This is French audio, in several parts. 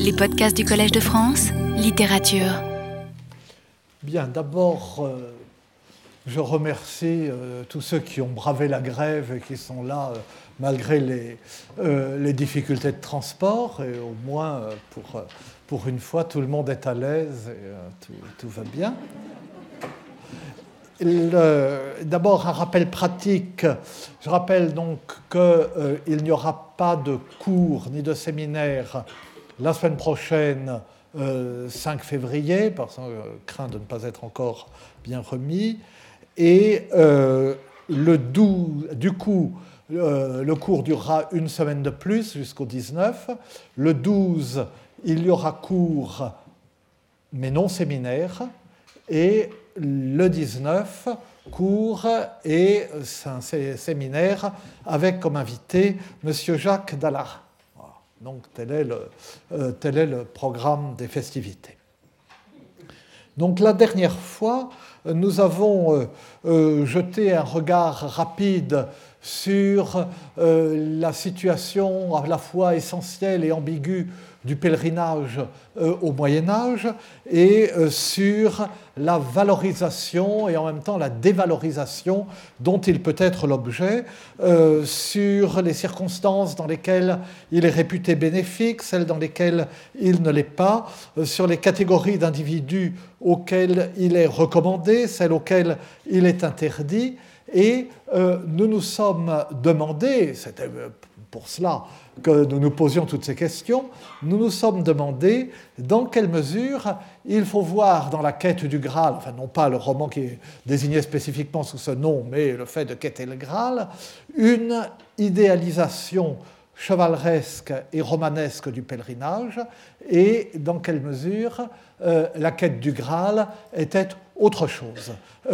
Les podcasts du Collège de France, littérature. Bien, d'abord, je remercie tous ceux qui ont bravé la grève et qui sont là malgré les difficultés de transport. Et au moins, pour une fois, tout le monde est à l'aise et tout va bien. D'abord, un rappel pratique. Je rappelle donc qu'il n'y aura pas de cours ni de séminaire la semaine prochaine, 5 février, parce qu'on craint de ne pas être encore bien remis. Et du coup, le cours durera une semaine de plus jusqu'au 19. Le 12, il y aura cours, mais non séminaire. Et le 19, cours et un séminaire avec comme invité M. Jacques Dallard. Voilà. Donc tel est le programme des festivités. Donc la dernière fois, nous avons jeté un regard rapide sur la situation à la fois essentielle et ambiguë du pèlerinage au Moyen-Âge et sur la valorisation et en même temps la dévalorisation dont il peut être l'objet, sur les circonstances dans lesquelles il est réputé bénéfique, celles dans lesquelles il ne l'est pas, sur les catégories d'individus auxquelles il est recommandé, celles auxquelles il est interdit. Et nous nous sommes demandé, c'était pour cela que nous nous posions toutes ces questions, nous nous sommes demandé dans quelle mesure il faut voir dans la quête du Graal, enfin non pas le roman qui est désigné spécifiquement sous ce nom, mais le fait de quêter le Graal, une idéalisation chevaleresque et romanesque du pèlerinage, et dans quelle mesure la quête du Graal était autre chose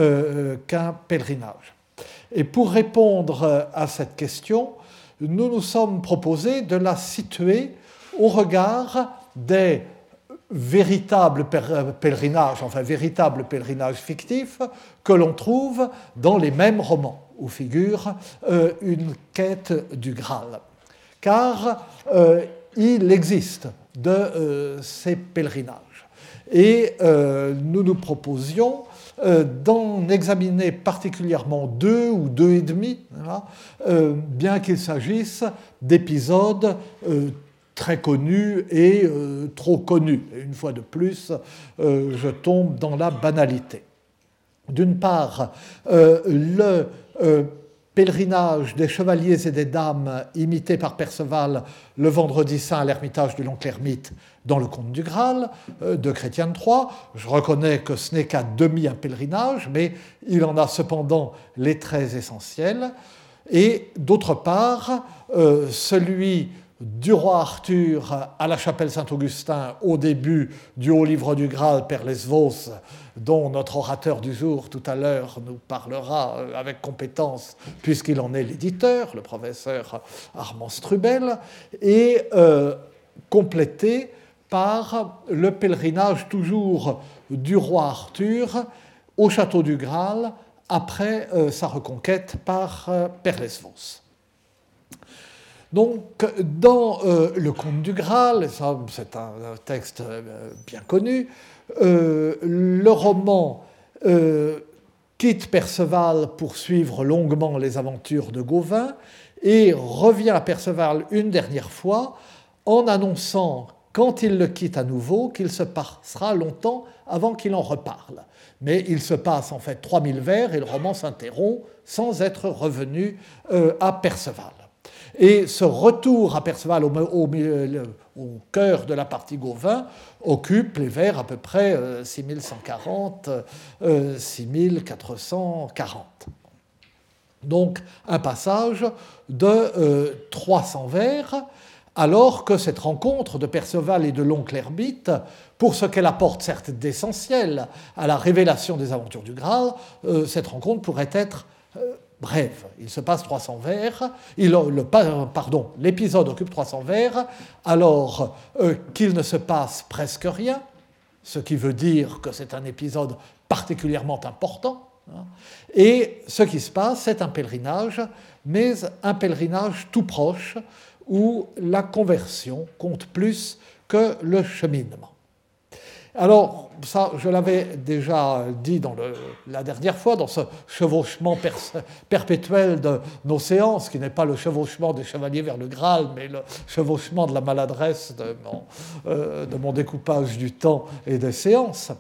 qu'un pèlerinage. Et pour répondre à cette question, nous nous sommes proposés de la situer au regard des véritables pèlerinages, enfin véritables pèlerinages fictifs que l'on trouve dans les mêmes romans où figure une quête du Graal. Car il existe de ces pèlerinages. Et nous nous proposions d'en examiner particulièrement 2 ou 2 et demi, bien qu'il s'agisse d'épisodes très connus et trop connus. Et une fois de plus, je tombe dans la banalité. D'une part, le pèlerinage des chevaliers et des dames imité par Perceval le vendredi saint à l'ermitage de l'oncle Ermite dans le Conte du Graal de Chrétien III. Je reconnais que ce n'est qu'à demi un pèlerinage, mais il en a cependant les traits essentiels. Et d'autre part, celui du roi Arthur à la chapelle Saint-Augustin au début du Haut Livre du Graal, Père Lesvos, dont notre orateur du jour tout à l'heure nous parlera avec compétence puisqu'il en est l'éditeur, le professeur Armand Strubel, et complété par le pèlerinage toujours du roi Arthur au château du Graal après sa reconquête par Père Lesvos. Donc, dans le Conte du Graal, ça, c'est un texte bien connu, le roman quitte Perceval pour suivre longuement les aventures de Gauvin et revient à Perceval une dernière fois en annonçant, quand il le quitte à nouveau, qu'il se passera longtemps avant qu'il en reparle. Mais il se passe en fait 3000 vers et le roman s'interrompt sans être revenu à Perceval. Et ce retour à Perceval au cœur de la partie Gauvin occupe les vers à peu près 6140, 6440. Donc un passage de 300 vers, alors que cette rencontre de Perceval et de l'oncle Ermite, pour ce qu'elle apporte certes d'essentiel à la révélation des aventures du Graal, cette rencontre pourrait être brève. Il se passe 300 vers, l'épisode occupe 300 vers, alors qu'il ne se passe presque rien, ce qui veut dire que c'est un épisode particulièrement important. Et ce qui se passe, c'est un pèlerinage, mais un pèlerinage tout proche, où la conversion compte plus que le cheminement. Alors, ça, je l'avais déjà dit la dernière fois, dans ce chevauchement perpétuel de nos séances, qui n'est pas le chevauchement des chevaliers vers le Graal, mais le chevauchement de la maladresse de mon découpage du temps et des séances.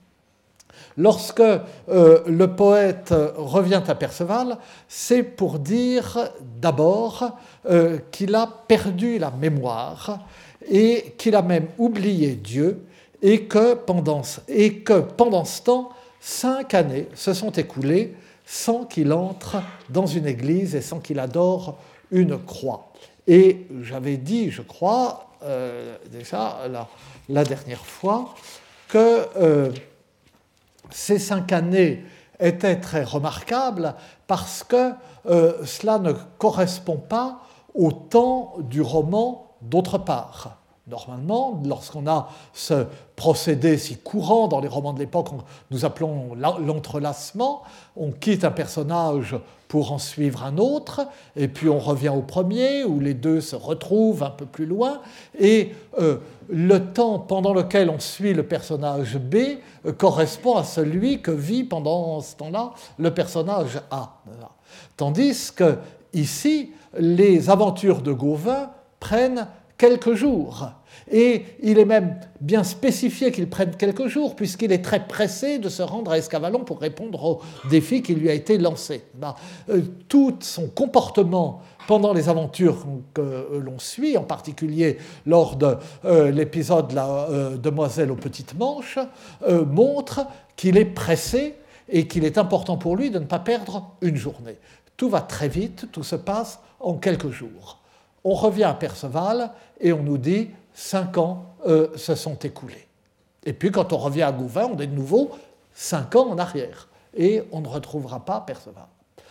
Lorsque le poète revient à Perceval, c'est pour dire d'abord qu'il a perdu la mémoire et qu'il a même oublié Dieu, et que pendant ce temps, 5 années se sont écoulées sans qu'il entre dans une église et sans qu'il adore une croix. Et j'avais dit, je crois, déjà la dernière fois, que ces 5 années étaient très remarquables parce que cela ne correspond pas au temps du roman d'autre part. Normalement, lorsqu'on a ce procédé si courant dans les romans de l'époque, nous appelons l'entrelacement, on quitte un personnage pour en suivre un autre, et puis on revient au premier, où les deux se retrouvent un peu plus loin, et le temps pendant lequel on suit le personnage B correspond à celui que vit pendant ce temps-là le personnage A. Tandis que ici, les aventures de Gauvin prennent quelques jours. Et il est même bien spécifié qu'il prenne quelques jours, puisqu'il est très pressé de se rendre à Escavalon pour répondre au défi qui lui a été lancé. Tout son comportement pendant les aventures que l'on suit, en particulier lors de l'épisode La Demoiselle aux petites manches, montre qu'il est pressé et qu'il est important pour lui de ne pas perdre une journée. Tout va très vite, tout se passe en quelques jours. On revient à Perceval et on nous dit 5 ans se sont écoulés. Et puis quand on revient à Gauvin, on est de nouveau 5 ans en arrière. Et on ne retrouvera pas Perceval.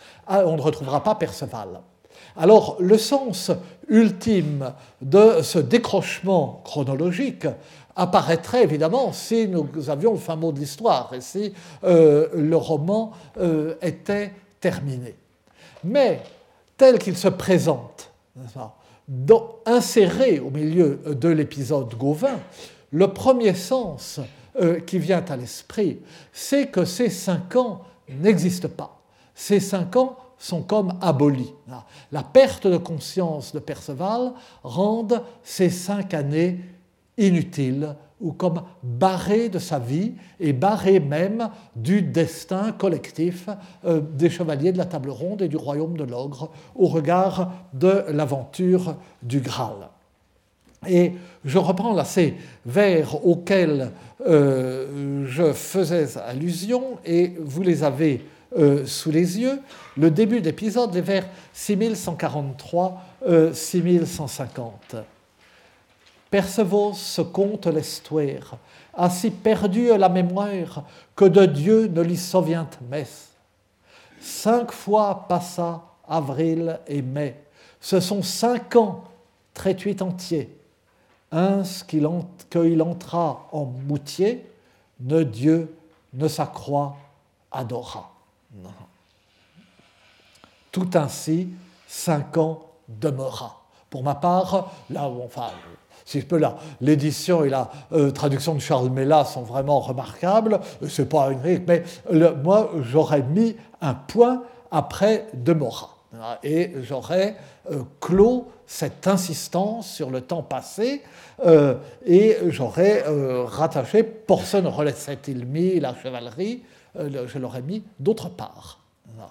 Alors le sens ultime de ce décrochement chronologique apparaîtrait évidemment si nous avions le fin mot de l'histoire et si le roman était terminé. Mais tel qu'il se présente, inséré au milieu de l'épisode Gauvin, le premier sens qui vient à l'esprit, c'est que ces 5 ans n'existent pas. Ces 5 ans sont comme abolis. La perte de conscience de Perceval rend ces 5 années inutiles ou comme barrées de sa vie et barrées même du destin collectif des chevaliers de la table ronde et du royaume de l'ogre au regard de l'aventure du Graal. Et je reprends là ces vers auxquels je faisais allusion et vous les avez sous les yeux. Le début d'épisode, les vers 6143-6150. Percevos se compte l'estuaire, a si perdu la mémoire que de Dieu ne l'y souvient messe. 5 fois passa avril et mai, ce sont 5 ans, trétuit entier. Un qu'il entra en moutier, ne Dieu ne sa croix adora. Non. Tout ainsi, 5 ans demeura. Pour ma part, là, enfin, si je peux là, l'édition et la traduction de Charles Mella sont vraiment remarquables. C'est pas une règle, mais moi, j'aurais mis un point après demeura. Et j'aurais clos cette insistance sur le temps passé et j'aurais rattaché « Porce ne relaissait-il mis la chevalerie ?» je l'aurais mis d'autre part.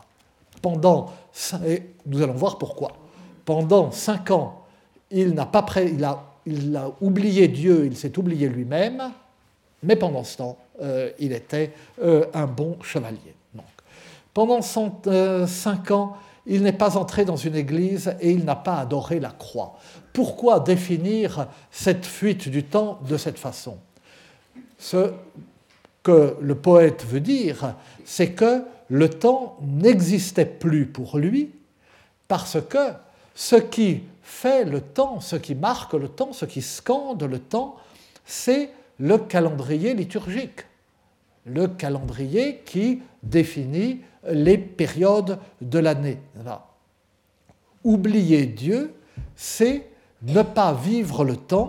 Et nous allons voir pourquoi. Pendant 5 ans, il a oublié Dieu, il s'est oublié lui-même, mais pendant ce temps, il était un bon chevalier. Donc, pendant 5 ans, il n'est pas entré dans une église et il n'a pas adoré la croix. Pourquoi définir cette fuite du temps de cette façon ? Ce que le poète veut dire, c'est que le temps n'existait plus pour lui parce que ce qui fait le temps, ce qui marque le temps, ce qui scande le temps, c'est le calendrier liturgique. Le calendrier qui définit les périodes de l'année. Oublier Dieu, c'est ne pas vivre le temps,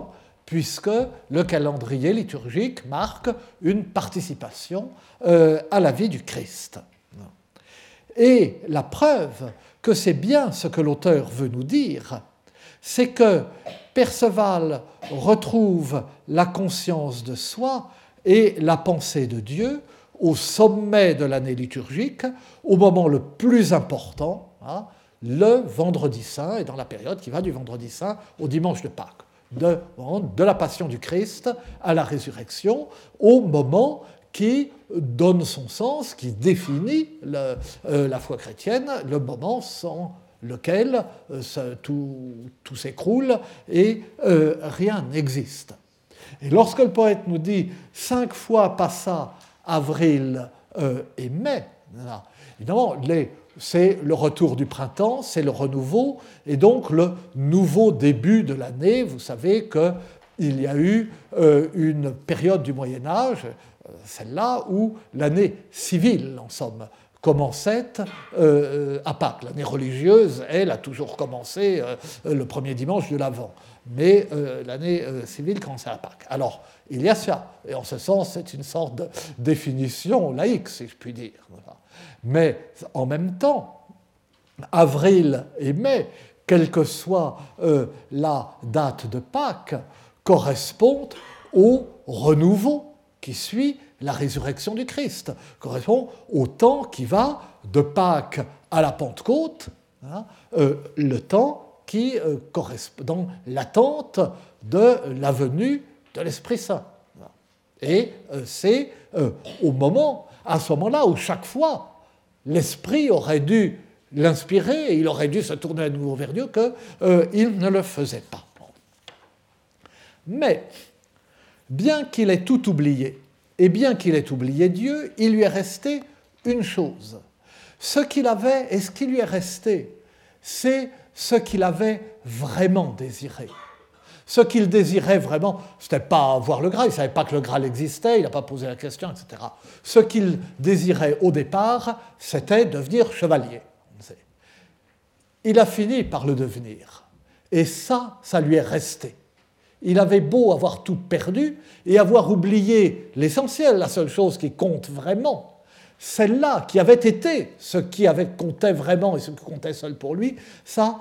puisque le calendrier liturgique marque une participation à la vie du Christ. Et la preuve que c'est bien ce que l'auteur veut nous dire, c'est que Perceval retrouve la conscience de soi et la pensée de Dieu au sommet de l'année liturgique, au moment le plus important, le vendredi saint, et dans la période qui va du vendredi saint au dimanche de Pâques, de la passion du Christ à la résurrection, au moment qui donne son sens, qui définit la foi chrétienne, le moment sans lequel tout s'écroule et rien n'existe. Et lorsque le poète nous dit « 5 fois passa avril et mai », évidemment, c'est le retour du printemps, c'est le renouveau, et donc le nouveau début de l'année. Vous savez qu'il y a eu une période du Moyen-Âge, celle-là, où l'année civile, en somme, commençait à Pâques. L'année religieuse, elle, a toujours commencé le premier dimanche de l'Avent. Mais l'année civile commençait à Pâques. Alors, il y a ça. Et en ce sens, c'est une sorte de définition laïque, si je puis dire. Mais en même temps, avril et mai, quelle que soit la date de Pâques, correspondent au renouveau qui suit la résurrection du Christ, correspond au temps qui va de Pâques à la Pentecôte, le temps qui correspond dans l'attente de la venue de l'Esprit Saint. Et c'est à ce moment-là où chaque fois l'Esprit aurait dû l'inspirer et il aurait dû se tourner à nouveau vers Dieu qu'il ne le faisait pas. Mais bien qu'il ait tout oublié, et bien qu'il ait oublié Dieu, il lui est resté une chose. Ce qu'il avait et ce qui lui est resté, c'est ce qu'il avait vraiment désiré. Ce qu'il désirait vraiment, ce n'était pas voir le Graal, il ne savait pas que le Graal existait, il n'a pas posé la question, etc. Ce qu'il désirait au départ, c'était devenir chevalier. Il a fini par le devenir. Et ça lui est resté. Il avait beau avoir tout perdu et avoir oublié l'essentiel, la seule chose qui compte vraiment, celle-là qui avait été ce qui avait compté vraiment et ce qui comptait seul pour lui, ça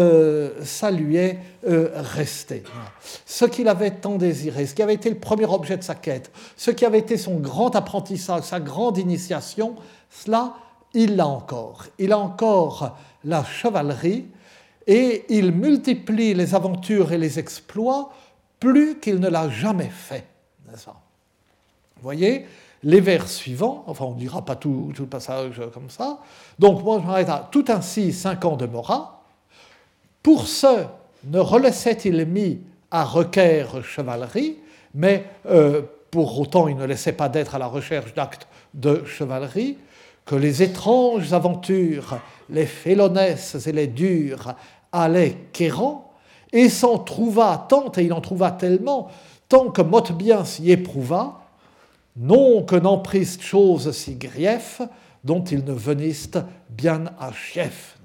lui est resté. Ce qu'il avait tant désiré, ce qui avait été le premier objet de sa quête, ce qui avait été son grand apprentissage, sa grande initiation, cela, il l'a encore. Il a encore la chevalerie et il multiplie les aventures et les exploits plus qu'il ne l'a jamais fait. N'est-ce pas ? Vous voyez, les vers suivants, enfin on ne dira pas tout le passage comme ça, donc moi je m'arrête à « Tout ainsi 5 ans demeura, pour ce ne relaissait-il mis à requère chevalerie, mais pour autant il ne laissait pas d'être à la recherche d'actes de chevalerie, que les étranges aventures, les félonesses et les dures allaient quérant, et s'en trouva tant, et il en trouva tellement, tant que motte bien s'y éprouva, non que n'en prissent chose si grief, dont ils ne venissent bien à chef.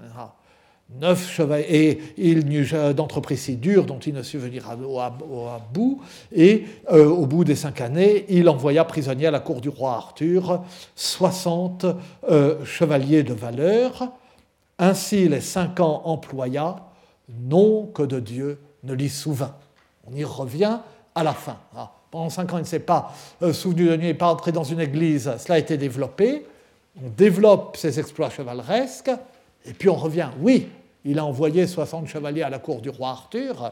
9 chevaliers, et il n'y eut d'entreprise si dure dont il ne sut venir à bout, et au bout des 5 années, il envoya prisonnier à la cour du roi Arthur 60 chevaliers de valeur. Ainsi les 5 ans employa, non que de Dieu ne l'y souvint. On y revient à la fin. Pendant 5 ans, il ne s'est pas souvenu de Dieu, il n'est pas entré dans une église, cela a été développé. On développe ses exploits chevaleresques, et puis on revient. Oui, il a envoyé 60 chevaliers à la cour du roi Arthur,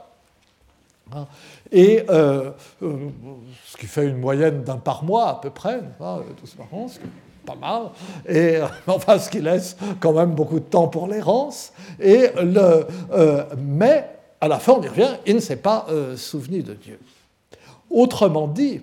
et ce qui fait une moyenne d'un par mois à peu près, doucement, ce qui est pas mal, et enfin ce qui laisse quand même beaucoup de temps pour l'errance. Mais à la fin, on y revient, il ne s'est pas souvenu de Dieu. Autrement dit,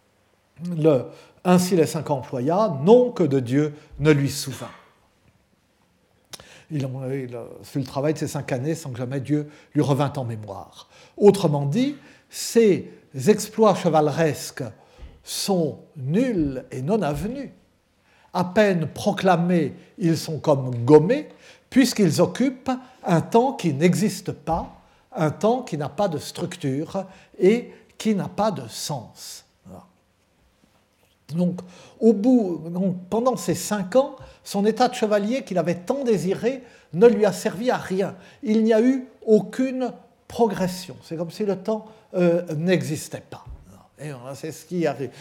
ainsi les 5 employa, non que de Dieu ne lui souvint. Il a fait le travail de ces 5 années sans que jamais Dieu lui revint en mémoire. Autrement dit, ces exploits chevaleresques sont nuls et non avenus. À peine proclamés, ils sont comme gommés, puisqu'ils occupent un temps qui n'existe pas, un temps qui n'a pas de structure et qui n'a pas de sens. Voilà. Donc, pendant ces 5 ans, son état de chevalier qu'il avait tant désiré ne lui a servi à rien. Il n'y a eu aucune progression. C'est comme si le temps n'existait pas. Et c'est ce qui arrive.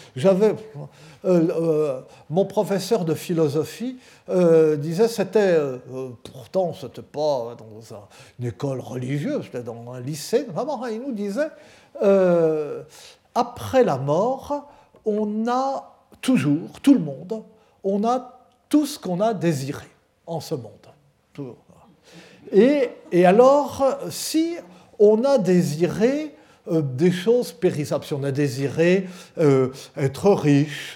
Mon professeur de philosophie disait pourtant c'était pas dans une école religieuse, c'était dans un lycée. Il nous disait après la mort, on a toujours, tout le monde, on a tout ce qu'on a désiré en ce monde. Toujours. Et alors, si on a désiré des choses périssables, si on a désiré être riche,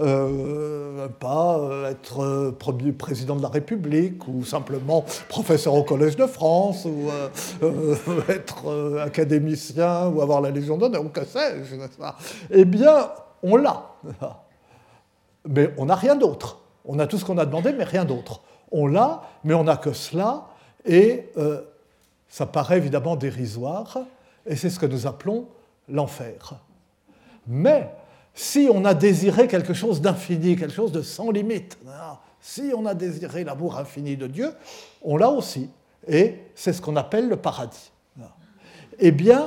être premier président de la République, ou simplement professeur au Collège de France, ou être académicien, ou avoir la Légion d'honneur, ou que sais-je, eh bien, on l'a. Mais on n'a rien d'autre. On a tout ce qu'on a demandé, mais rien d'autre. On l'a, mais on n'a que cela, et ça paraît évidemment dérisoire, et c'est ce que nous appelons l'enfer. Mais si on a désiré quelque chose d'infini, quelque chose de sans limite, si on a désiré l'amour infini de Dieu, on l'a aussi, et c'est ce qu'on appelle le paradis. Eh bien,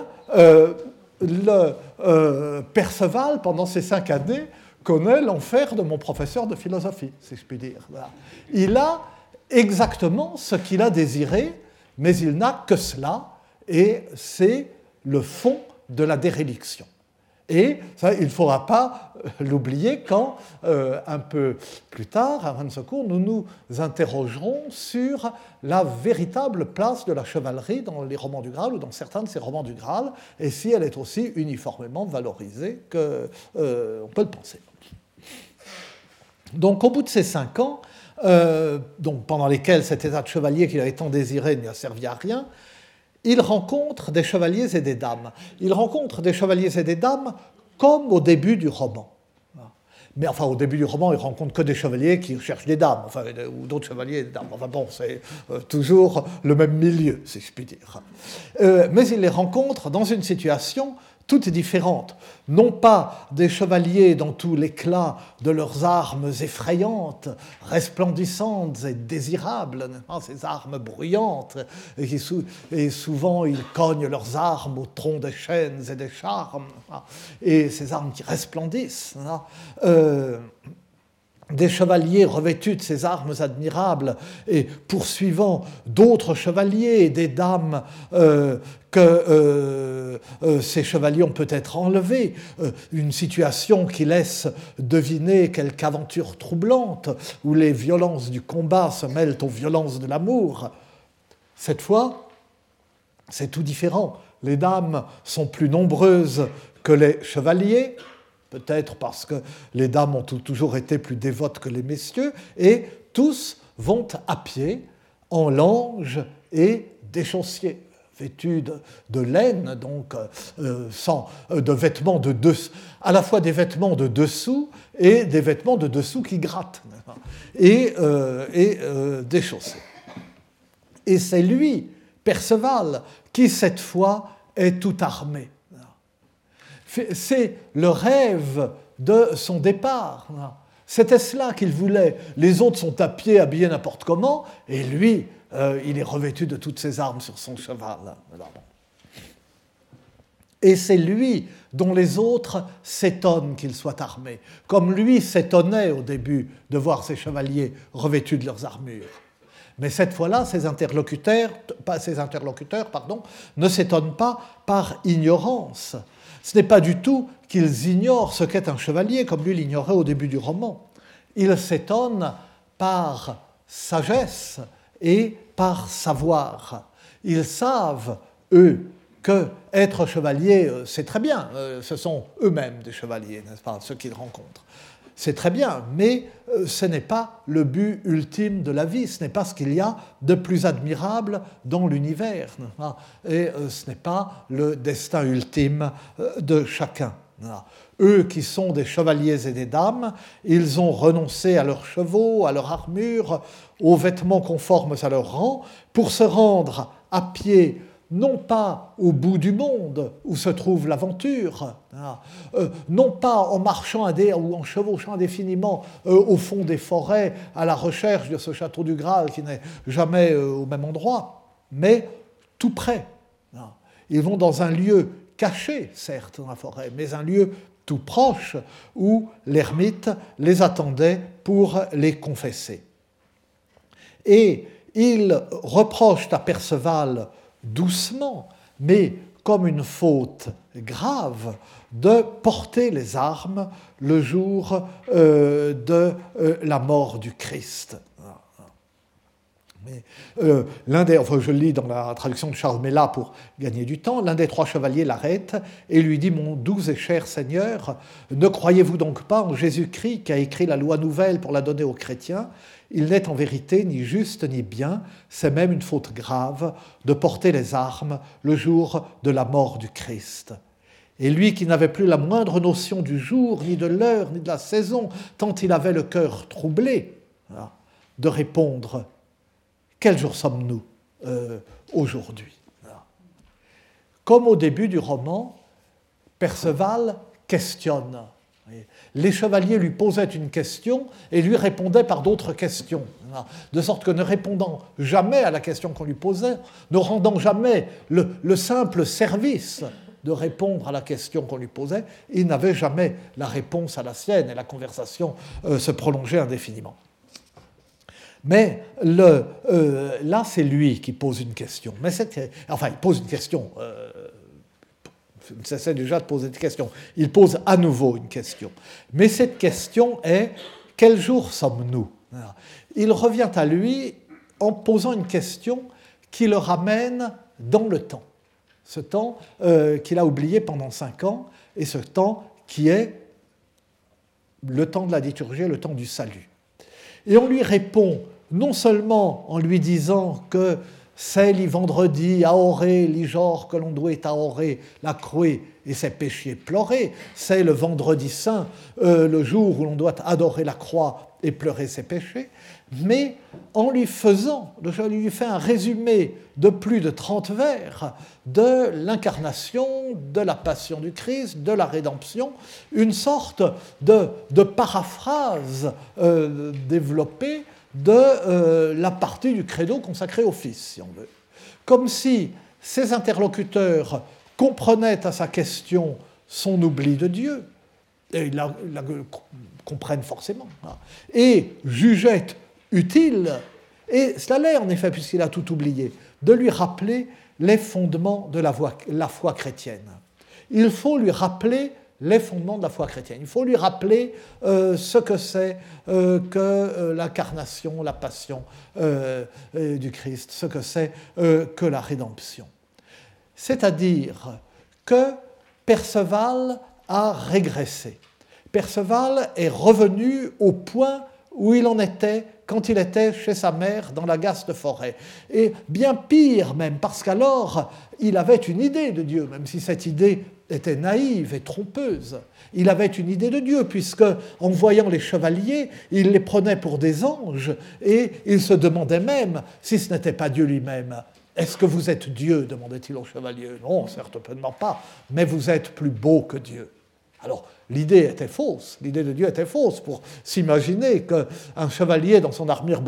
Perceval, pendant ces 5 années, connaît l'enfer de mon professeur de philosophie, si je puis dire. Voilà. Il a exactement ce qu'il a désiré, mais il n'a que cela, et c'est le fond de la déréliction. Et ça, il ne faudra pas l'oublier quand, un peu plus tard, à Ransecourt, nous nous interrogerons sur la véritable place de la chevalerie dans les romans du Graal ou dans certains de ces romans du Graal, et si elle est aussi uniformément valorisée qu'on peut le penser. Donc, au bout de ces 5 ans, pendant lesquels cet état de chevalier qu'il avait tant désiré n'y a servi à rien, il rencontre des chevaliers et des dames. Il rencontre des chevaliers et des dames comme au début du roman. Mais enfin, au début du roman, il rencontre que des chevaliers qui cherchent des dames, ou d'autres chevaliers et des dames. Enfin bon, c'est toujours le même milieu, si je puis dire. Mais il les rencontre dans une situation toute différente. Non pas des chevaliers dans tout l'éclat de leurs armes effrayantes, resplendissantes et désirables, ces armes bruyantes, et souvent ils cognent leurs armes au tronc des chênes et des charmes, et ces armes qui resplendissent. Des chevaliers revêtus de ces armes admirables et poursuivant d'autres chevaliers et des dames que ces chevaliers ont peut-être enlevés, une situation qui laisse deviner quelque aventure troublante où les violences du combat se mêlent aux violences de l'amour. Cette fois, c'est tout différent. Les dames sont plus nombreuses que les chevaliers, peut-être parce que les dames ont toujours été plus dévotes que les messieurs, et tous vont à pied, en langes et déchaussiers, vêtus de laine, donc de vêtements à la fois des vêtements de dessous et des vêtements de dessous qui grattent, et déchaussés. Et c'est lui, Perceval, qui cette fois est tout armé. C'est le rêve de son départ. C'était cela qu'il voulait. Les autres sont à pied, habillés n'importe comment, et lui, il est revêtu de toutes ses armes sur son cheval. Et c'est lui dont les autres s'étonnent qu'il soit armé, comme lui s'étonnait au début de voir ses chevaliers revêtus de leurs armures. Mais cette fois-là, ses interlocuteurs, ne s'étonnent pas par ignorance. Ce n'est pas du tout qu'ils ignorent ce qu'est un chevalier, comme lui l'ignorait au début du roman. Ils s'étonnent par sagesse et par savoir. Ils savent, eux, que être chevalier, c'est très bien. Ce sont eux-mêmes des chevaliers, n'est-ce pas, ceux qu'ils rencontrent. C'est très bien, mais ce n'est pas le but ultime de la vie, ce n'est pas ce qu'il y a de plus admirable dans l'univers, et ce n'est pas le destin ultime de chacun. Eux qui sont des chevaliers et des dames, ils ont renoncé à leurs chevaux, à leur armure, aux vêtements conformes à leur rang, pour se rendre à pied non pas au bout du monde où se trouve l'aventure, non pas en marchant ou en chevauchant indéfiniment au fond des forêts à la recherche de ce château du Graal qui n'est jamais au même endroit, mais tout près. Ils vont dans un lieu caché, certes, dans la forêt, mais un lieu tout proche où l'ermite les attendait pour les confesser. Et il reproche à Perceval doucement, mais comme une faute grave, de porter les armes le jour de la mort du Christ. Mais, je le lis dans la traduction de Charles Mella pour gagner du temps, l'un des trois chevaliers l'arrête et lui dit « Mon doux et cher Seigneur, ne croyez-vous donc pas en Jésus-Christ qui a écrit la loi nouvelle pour la donner aux chrétiens ? Il n'est en vérité ni juste ni bien, c'est même une faute grave de porter les armes le jour de la mort du Christ. » Et lui qui n'avait plus la moindre notion du jour, ni de l'heure, ni de la saison, tant il avait le cœur troublé, de répondre « Quel jour sommes-nous aujourd'hui ?» Comme au début du roman, Perceval questionne. Les chevaliers lui posaient une question et lui répondaient par d'autres questions. De sorte que ne répondant jamais à la question qu'on lui posait, ne rendant jamais le simple service de répondre à la question qu'on lui posait, il n'avait jamais la réponse à la sienne et la conversation se prolongeait indéfiniment. Mais là, c'est lui qui pose une question. Mais il pose une question. Il cessait déjà de poser des questions. Il pose à nouveau une question. Mais cette question est « Quel jour sommes-nous » Il revient à lui en posant une question qui le ramène dans le temps. Ce temps qu'il a oublié pendant 5 ans, et ce temps qui est le temps de la liturgie, le temps du salut. Et on lui répond non seulement en lui disant que c'est les vendredis aoré, les jours que l'on doit aoré, la croix et ses péchés pleurer, c'est le vendredi saint, le jour où l'on doit adorer la croix et pleurer ses péchés, mais en lui faisant, je lui fais un résumé de plus de 30 vers de l'incarnation, de la passion du Christ, de la rédemption, une sorte de paraphrase développée de la partie du credo consacrée au Fils, si on veut. Comme si ses interlocuteurs comprenaient à sa question son oubli de Dieu, et ils la comprennent forcément, et jugeaient utile, et cela l'est en effet, puisqu'il a tout oublié, de lui rappeler les fondements de la foi chrétienne. Il faut lui rappeler les fondements de la foi chrétienne. Il faut lui rappeler ce que c'est que l'incarnation, la passion du Christ, ce que c'est que la rédemption. C'est-à-dire que Perceval a régressé. Perceval est revenu au point où il en était quand il était chez sa mère dans la Gaste forêt. Et bien pire même, parce qu'alors il avait une idée de Dieu, même si cette idée était naïve et trompeuse. Il avait une idée de Dieu, puisque en voyant les chevaliers, il les prenait pour des anges, et il se demandait même si ce n'était pas Dieu lui-même. « Est-ce que vous êtes Dieu » demandait-il aux chevaliers. « Non, certainement pas, mais vous êtes plus beau que Dieu. » Alors, l'idée était fausse, l'idée de Dieu était fausse pour s'imaginer qu'un chevalier dans son armure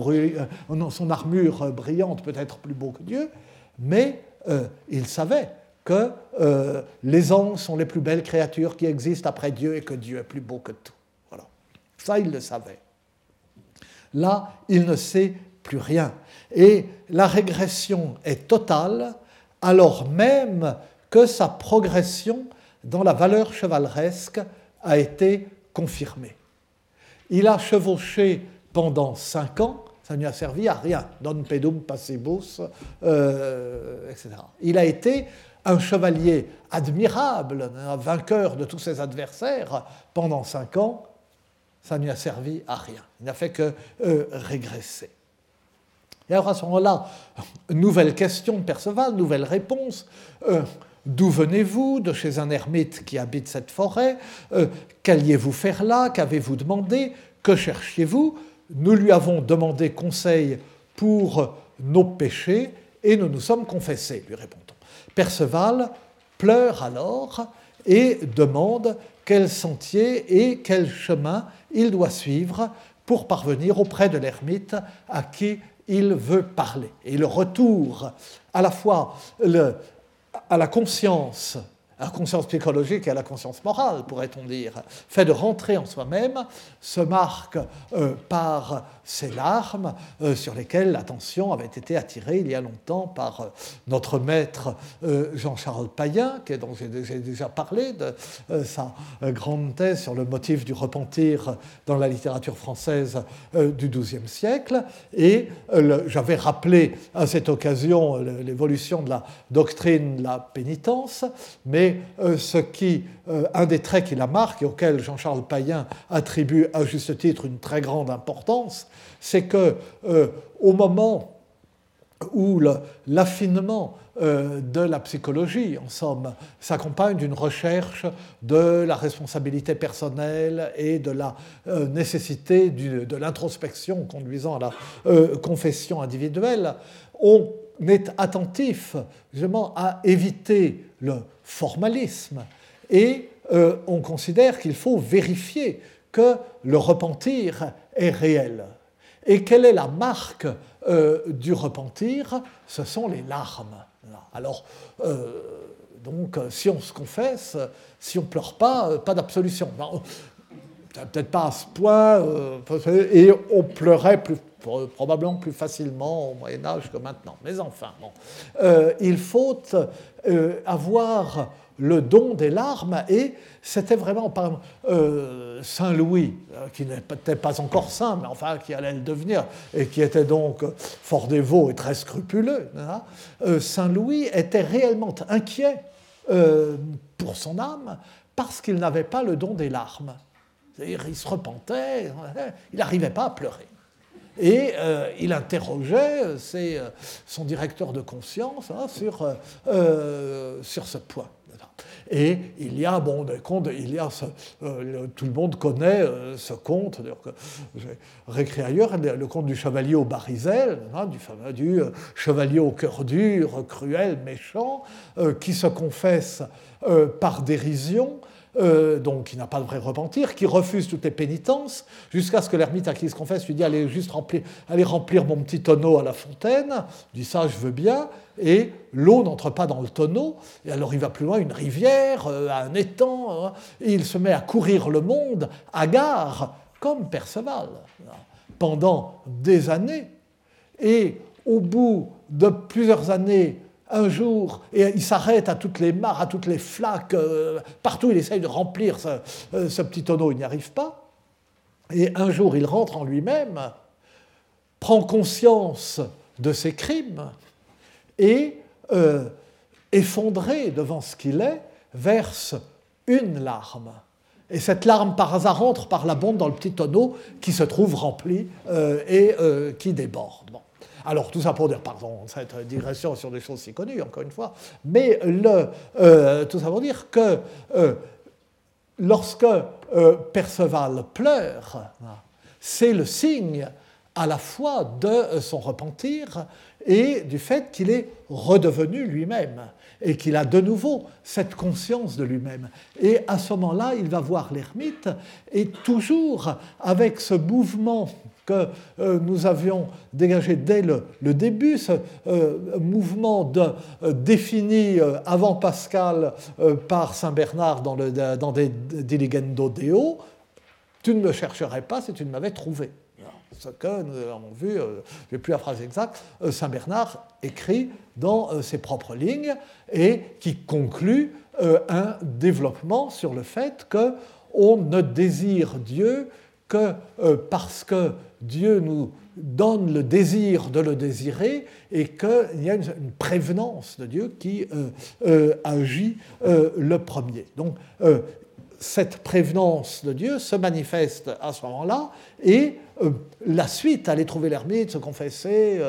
brillante peut être plus beau que Dieu, mais il savait que les anges sont les plus belles créatures qui existent après Dieu et que Dieu est plus beau que tout. Voilà. Ça, il le savait. Là, il ne sait plus rien. Et la régression est totale, alors même que sa progression dans la valeur chevaleresque a été confirmée. Il a chevauché pendant 5 ans, ça ne lui a servi à rien, non pedum passibus, etc. Il a été un chevalier admirable, un vainqueur de tous ses adversaires pendant 5 ans, ça ne lui a servi à rien. Il n'a fait que régresser. Et alors à ce moment-là, nouvelle question de Perceval, nouvelle réponse. D'où venez-vous? De chez un ermite qui habite cette forêt. Qu'alliez-vous faire là? Qu'avez-vous demandé? Que cherchiez-vous? Nous lui avons demandé conseil pour nos péchés et nous nous sommes confessés, lui répond-on. Perceval pleure alors et demande quel sentier et quel chemin il doit suivre pour parvenir auprès de l'ermite à qui il veut parler. Et le retour à la fois à la conscience psychologique et à la conscience morale, pourrait-on dire, fait de rentrer en soi-même, se marque par ces larmes sur lesquelles l'attention avait été attirée il y a longtemps par notre maître Jean-Charles Payen, dont j'ai déjà parlé de sa grande thèse sur le motif du repentir dans la littérature française du XIIe siècle. Et j'avais rappelé à cette occasion l'évolution de la doctrine de la pénitence, mais un des traits qui la marque et auquel Jean-Charles Payen attribue à juste titre une très grande importance, c'est que au moment où l'affinement de la psychologie, en somme, s'accompagne d'une recherche de la responsabilité personnelle et de la nécessité de l'introspection conduisant à la confession individuelle, on est attentif justement à éviter le formalisme et on considère qu'il faut vérifier que le repentir est réel. Et quelle est la marque du repentir? Ce sont les larmes. Alors, donc, si on se confesse, si on ne pleure pas, pas d'absolution. Peut-être pas à ce point, et on pleurait probablement plus facilement au Moyen-Âge que maintenant. Mais enfin, bon. Il faut avoir le don des larmes, et c'était vraiment, par exemple, Saint Louis, qui n'était pas encore saint, mais enfin qui allait le devenir, et qui était donc fort dévot et très scrupuleux, hein, Saint Louis était réellement inquiet pour son âme, parce qu'il n'avait pas le don des larmes. C'est-à-dire, il se repentait, il n'arrivait pas à pleurer. Et il interrogeait son directeur de conscience sur ce point. Et il y a, tout le monde connaît ce conte, que j'ai réécrit ailleurs, le conte du chevalier au Barisel, du chevalier au cœur dur, cruel, méchant, qui se confesse par dérision, donc qui n'a pas de vrai repentir, qui refuse toutes les pénitences, jusqu'à ce que l'ermite à qui il se confesse lui dit allez remplir mon petit tonneau à la fontaine. Il dit ça, je veux bien, et l'eau n'entre pas dans le tonneau, et alors il va plus loin, une rivière, un étang, et il se met à courir le monde, hagard, comme Perceval, pendant des années, et au bout de plusieurs années, un jour, et il s'arrête à toutes les mares, à toutes les flaques, partout il essaye de remplir ce petit tonneau, il n'y arrive pas. Et un jour, il rentre en lui-même, prend conscience de ses crimes, et, effondré devant ce qu'il est, verse une larme. Et cette larme, par hasard, entre par la bonde dans le petit tonneau qui se trouve rempli et qui déborde. Bon. Alors, tout ça pour dire, pardon, cette digression sur des choses si connues, encore une fois, mais tout ça pour dire que lorsque Perceval pleure, c'est le signe à la fois de son repentir et du fait qu'il est redevenu lui-même et qu'il a de nouveau cette conscience de lui-même. Et à ce moment-là, il va voir l'ermite, et toujours avec ce mouvement que nous avions dégagé dès le début, ce mouvement défini avant Pascal par saint Bernard dans des Diligendo Deo, tu ne me chercherais pas si tu ne m'avais trouvé. Ce que nous avons vu, je n'ai plus la phrase exacte, saint Bernard écrit dans ses propres lignes et qui conclut un développement sur le fait qu'on ne désire Dieu que parce que Dieu nous donne le désir de le désirer et qu'il y a une prévenance de Dieu qui agit le premier. Donc, cette prévenance de Dieu se manifeste à ce moment-là, et la suite, aller trouver l'ermite, se confesser,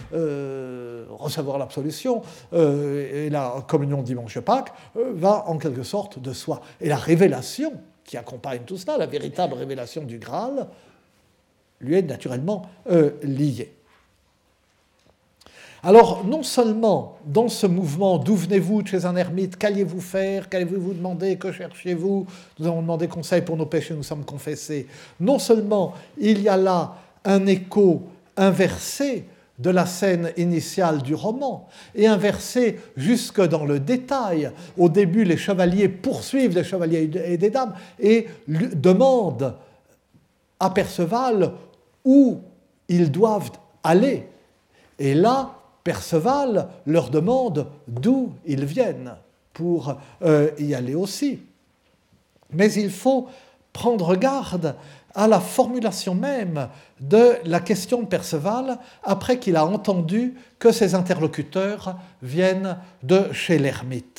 recevoir l'absolution et la communion dimanche de Pâques, va en quelque sorte de soi. Et la révélation qui accompagne tout cela, la véritable révélation du Graal, lui est naturellement liée. Alors, non seulement dans ce mouvement, d'où venez-vous de chez un ermite, qu'alliez-vous faire, qu'allez-vous vous demander, que cherchiez-vous, nous avons demandé conseil pour nos péchés, nous sommes confessés. Non seulement il y a là un écho inversé de la scène initiale du roman, et inversé jusque dans le détail. Au début, les chevaliers poursuivent les chevaliers et des dames et demandent à Perceval où ils doivent aller. Et là, Perceval leur demande d'où ils viennent pour y aller aussi. Mais il faut prendre garde à la formulation même de la question de Perceval après qu'il a entendu que ses interlocuteurs viennent de chez l'ermite.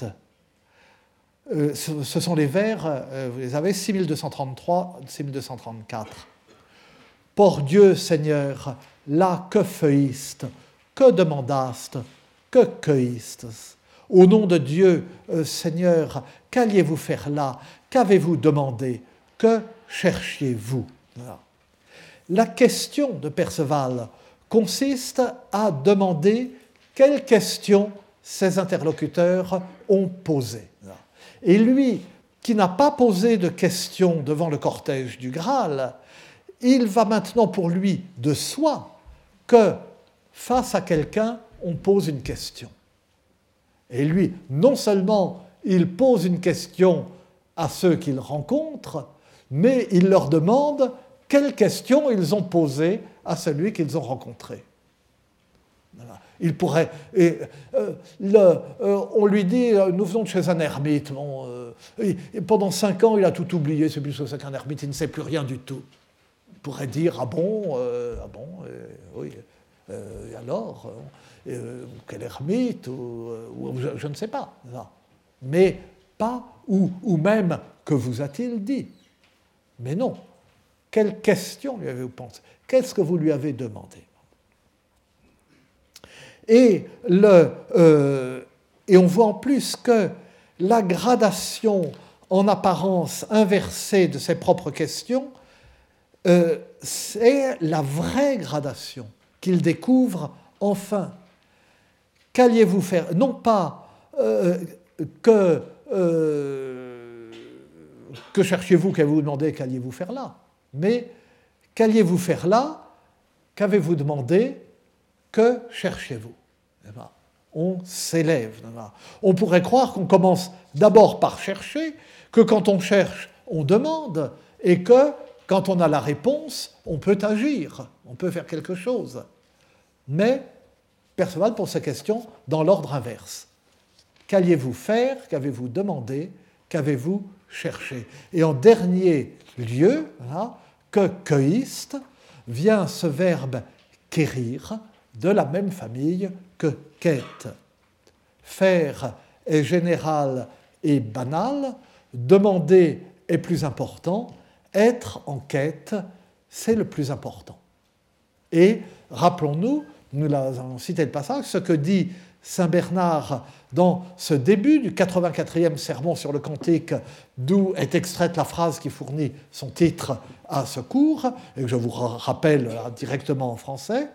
Ce sont les vers, vous les avez, 6233, 6234. Por Dieu, Seigneur, là que feuilliste, que demandaste, que cueilliste. Au nom de Dieu, Seigneur, qu'alliez-vous faire là? Qu'avez-vous demandé? Que cherchiez-vous? Voilà. La question de Perceval consiste à demander quelles questions ses interlocuteurs ont posées. Et lui, qui n'a pas posé de questions devant le cortège du Graal, il va maintenant pour lui de soi que face à quelqu'un, on pose une question. Et lui, non seulement il pose une question à ceux qu'il rencontre, mais il leur demande quelles questions ils ont posées à celui qu'ils ont rencontré. Voilà. Il pourrait... on lui dit, nous venons de chez un ermite. Et pendant 5 ans, il a tout oublié, c'est plus que c'est qu'un ermite, il ne sait plus rien du tout. Il pourrait dire, oui, et alors, quel ermite, ou je ne sais pas. Non. Mais pas, ou même, que vous a-t-il dit? Mais non. Quelle question lui avez-vous pensé? Qu'est-ce que vous lui avez demandé? Et on voit en plus que la gradation en apparence inversée de ses propres questions, c'est la vraie gradation qu'il découvre enfin. Qu'alliez-vous faire? Non pas que cherchiez-vous, qu'avez-vous demandé, qu'alliez-vous faire là? Mais qu'alliez-vous faire là? Qu'avez-vous demandé? Que cherchez-vous? On s'élève. On pourrait croire qu'on commence d'abord par chercher, que quand on cherche, on demande, et que quand on a la réponse, on peut agir, on peut faire quelque chose. Mais Perceval pose sa question dans l'ordre inverse. Qu'alliez-vous faire? Qu'avez-vous demandé? Qu'avez-vous cherché? Et en dernier lieu, que cueilliste, vient ce verbe quérir de la même famille que quête. Faire est général et banal, demander est plus important, être en quête, c'est le plus important. Et rappelons-nous, nous avons cité le passage, ce que dit saint Bernard dans ce début du 84e sermon sur le Cantique, d'où est extraite la phrase qui fournit son titre à ce cours, et que je vous rappelle directement en français.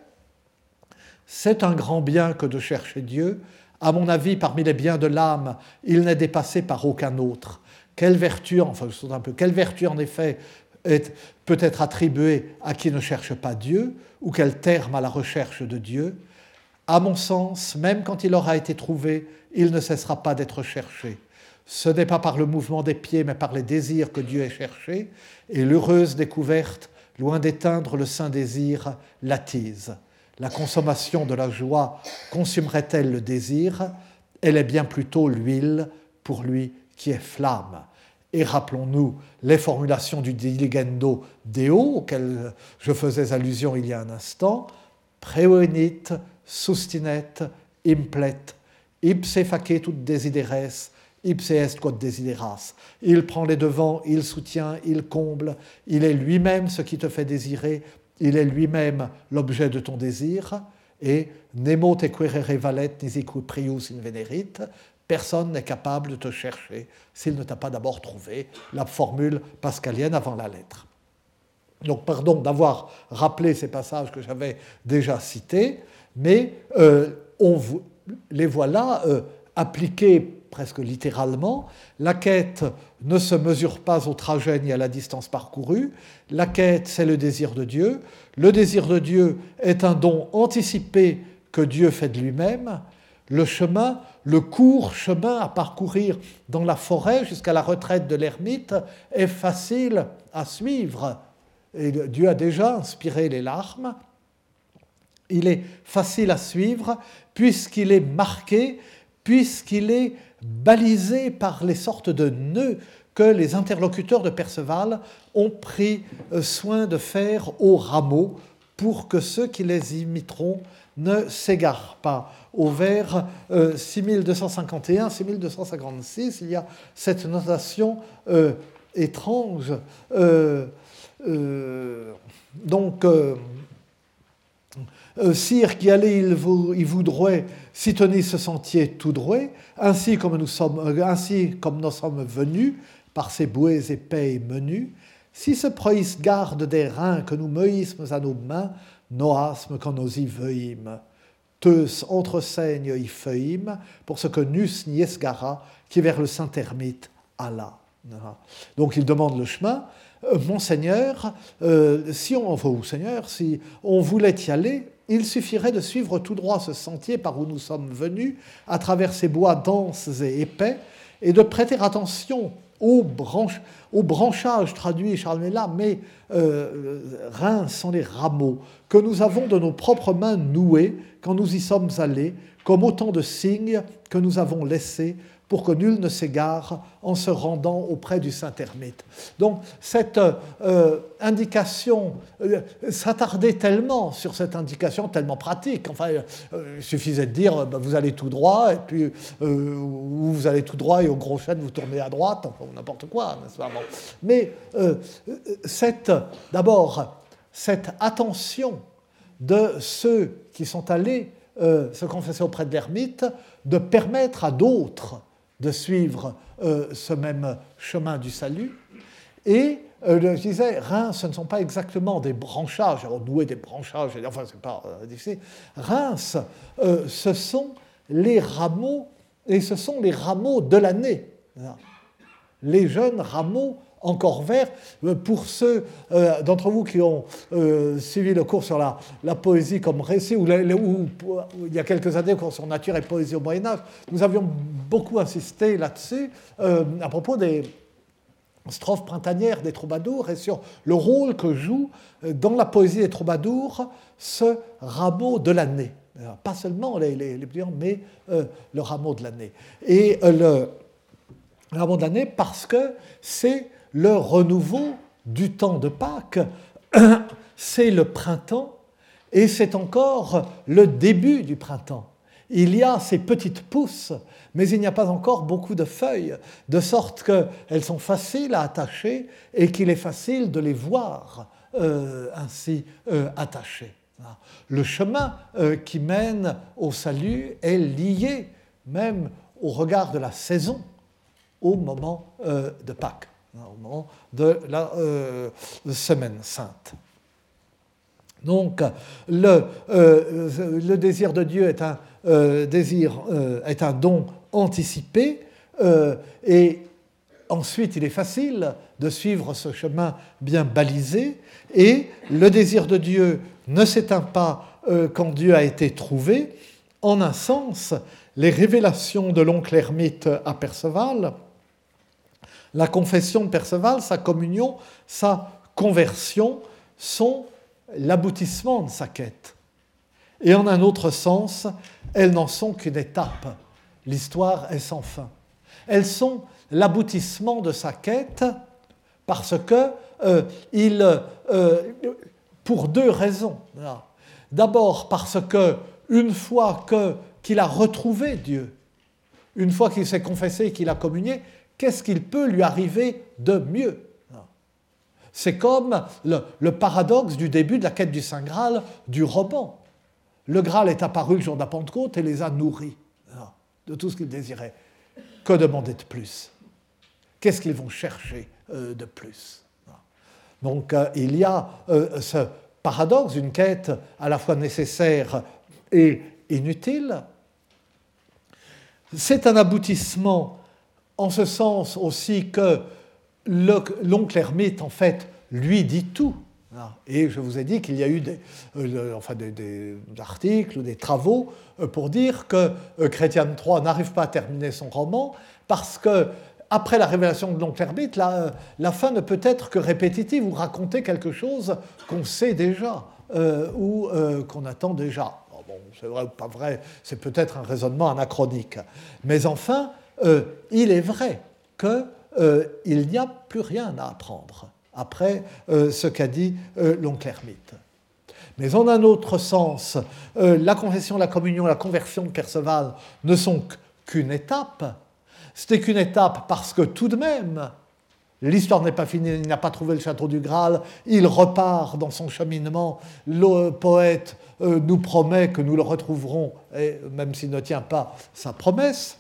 C'est un grand bien que de chercher Dieu. À mon avis, parmi les biens de l'âme, il n'est dépassé par aucun autre. Quelle vertu, quelle vertu en effet peut être attribuée à qui ne cherche pas Dieu, ou quel terme à la recherche de Dieu? À mon sens, même quand il aura été trouvé, il ne cessera pas d'être cherché. Ce n'est pas par le mouvement des pieds, mais par les désirs que Dieu est cherché, et l'heureuse découverte, loin d'éteindre le saint désir, l'attise. La consommation de la joie consumerait-elle le désir? Elle est bien plutôt l'huile pour lui qui est flamme. Et rappelons-nous les formulations du diligendo deo, auquel je faisais allusion il y a un instant. Prevenit, sustinet, implet, ipse facetut desideres, ipse est quod desideras. Il prend les devants, il soutient, il comble, il est lui-même ce qui te fait désirer, il est lui-même l'objet de ton désir, et nemo te querere valet nisi prius invenerit, personne n'est capable de te chercher s'il ne t'a pas d'abord trouvé, la formule pascalienne avant la lettre. Donc, pardon d'avoir rappelé ces passages que j'avais déjà cités, mais les voilà appliqués presque littéralement. La quête ne se mesure pas au trajet ni à la distance parcourue. La quête, c'est le désir de Dieu. Le désir de Dieu est un don anticipé que Dieu fait de lui-même. Le chemin, le court chemin à parcourir dans la forêt jusqu'à la retraite de l'ermite est facile à suivre. Et Dieu a déjà inspiré les larmes. Il est facile à suivre puisqu'il est marqué, puisqu'il est balisé par les sortes de nœuds que les interlocuteurs de Perceval ont pris soin de faire aux rameaux pour que ceux qui les imiteront ne s'égarent pas. Au vers 6251-6256, il y a cette notation étrange. Sire qui allait, il voudrait si tenir ce sentier tout droit, ainsi comme nous sommes venus, par ces bouées épais et menus, si ce proïs garde des reins que nous meïsmes à nos mains, noasmes quand nous y veuillîmes. Teus entre-seigne y feuillîmes, pour ce que nus n'y esgara, qui vers le Saint-Ermite alla. Donc il demande le chemin. Monseigneur, si on voulait y aller, il suffirait de suivre tout droit ce sentier par où nous sommes venus, à travers ces bois denses et épais, et de prêter attention aux branchages traduits Charles Mella, mais reins sont les rameaux que nous avons de nos propres mains noués quand nous y sommes allés, comme autant de signes que nous avons laissés pour que nul ne s'égare en se rendant auprès du Saint-Ermite. Donc, cette indication, s'attarder tellement sur cette indication, tellement pratique, enfin, il suffisait de dire, vous allez tout droit, et puis vous allez tout droit, et au gros chêne, vous tournez à droite, enfin, n'importe quoi, n'est-ce pas ? Mais d'abord, cette attention de ceux qui sont allés se confesser auprès de l'ermite, de permettre à d'autres de suivre ce même chemin du salut. Et je disais, Reims, ce ne sont pas exactement des branchages, alors nouer des branchages, enfin, c'est pas difficile. Reims, ce sont les rameaux, et ce sont les rameaux de l'année. Les jeunes rameaux encore verts. Pour ceux d'entre vous qui ont suivi le cours sur la poésie comme récit, ou il y a quelques années, le cours sur nature et poésie au Moyen-Âge, nous avions beaucoup insisté là-dessus à propos des strophes printanières des troubadours et sur le rôle que joue dans la poésie des troubadours ce rameau de l'année. Pas seulement les pliants, mais le rameau de l'année. Et le rameau de l'année parce que c'est le renouveau du temps de Pâques, c'est le printemps et c'est encore le début du printemps. Il y a ces petites pousses, mais il n'y a pas encore beaucoup de feuilles, de sorte qu'elles sont faciles à attacher et qu'il est facile de les voir ainsi attachées. Le chemin qui mène au salut est lié même au regard de la saison, au moment de Pâques, au moment de la Semaine Sainte. Donc, le désir de Dieu est un don anticipé, et ensuite il est facile de suivre ce chemin bien balisé, et le désir de Dieu ne s'éteint pas quand Dieu a été trouvé. En un sens, les révélations de l'oncle ermite à Perceval, la confession de Perceval, sa communion, sa conversion sont l'aboutissement de sa quête. Et en un autre sens, elles n'en sont qu'une étape. L'histoire est sans fin. Elles sont l'aboutissement de sa quête parce que pour deux raisons. D'abord parce que une fois qu'il a retrouvé Dieu, une fois qu'il s'est confessé et qu'il a communié, qu'est-ce qu'il peut lui arriver de mieux ? C'est comme le paradoxe du début de la quête du Saint Graal du roman. Le Graal est apparu le jour de la Pentecôte et les a nourris de tout ce qu'ils désiraient. Que demander de plus ? Qu'est-ce qu'ils vont chercher de plus ? Donc il y a ce paradoxe d'une quête à la fois nécessaire et inutile, c'est un aboutissement en ce sens aussi que l'oncle Hermite, en fait, lui dit tout. Et je vous ai dit qu'il y a eu des articles ou des travaux pour dire que Chrétien III n'arrive pas à terminer son roman parce que, après la révélation de l'oncle Hermite, la fin ne peut être que répétitive ou raconter quelque chose qu'on sait déjà ou qu'on attend déjà. Bon, c'est vrai ou pas vrai, c'est peut-être un raisonnement anachronique. Mais enfin, il est vrai qu'il n'y a plus rien à apprendre après ce qu'a dit l'oncle Hermite. Mais en un autre sens, la confession, la communion, la conversion de Perceval ne sont qu'une étape. C'était qu'une étape parce que tout de même, l'histoire n'est pas finie, il n'a pas trouvé le château du Graal, il repart dans son cheminement, le poète nous promet que nous le retrouverons, et même s'il ne tient pas sa promesse.